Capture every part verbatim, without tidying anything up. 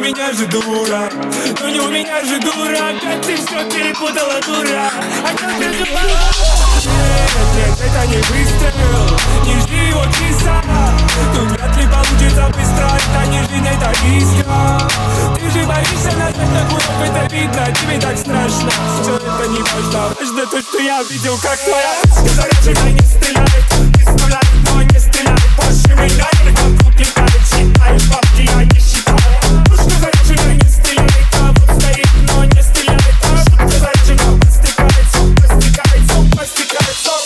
меня же дура, ну не у меня же дура. Опять ты все перепутала, дура. А как ты же нет, нет, это не выстрел, не жди его киса. Тут вряд ли получится быстро, это не жизнь, это риска. Ты же боишься нажать на курок, это видно, тебе так страшно. Все это не важно, важно то, что я видел, как твоя ручка заряжена. Не стреляет, не стреляет, но не стреляет больше меня. Вокруг летает, считает бабки, я не считаю. Ручка заряжена, не стреляет, а вот стоит, но не стреляет. Ручка заряжена, постигает, сон, постигает, сон, постигает, сон.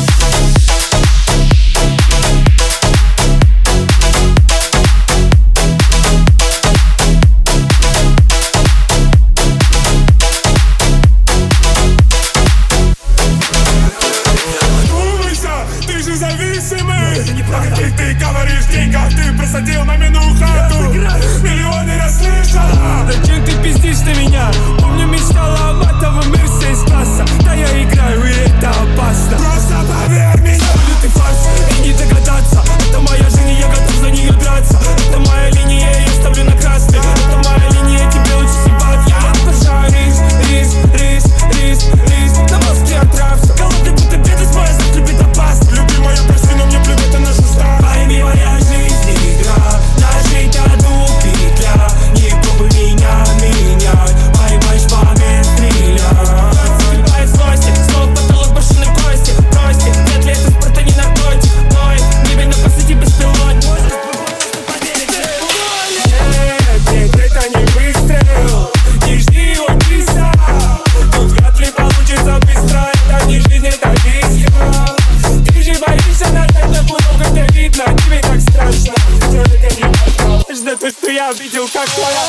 Ты, ты говоришь деньгах, ты просадил мамину хату. Миллионы расслышала. Зачем ты пиздишь на меня? Помню, мечтала об этом, мир все из класса. Да я играю, и это опасно. Просто поверь мне. Ставлю ты фарс, и не догадаться. Это моя жизнь, и я готов за нее драться. Это моя линия, я ставлю на красный. Это моя линия, тебе лучше съебаться. Я отпускаю риск, риск, риск, риск, риск. На мозге отрався. Голодный, будто бедность моя, зад любит опасно. Любимая, прости, но мне плевать на нашу старт. Пойми, моя жизнь игра, нажить одну петля. Не пробуй меня менять, поймаешь в момент стреляй. Загибает злости, снова потолок брошенной кости. Прости, нет ли это спорта не наркотик. Ной, небе на посаде беспилотник. Можешь поделиться. Нет, нет, это не выстрел, не жди его киса. Тут вряд ли получится быстро, это не жизнь, это риска. Ты же боишься нажать на курок, это видно, тебе так страшно. Все это не важно, важно то, что я видел, как твоя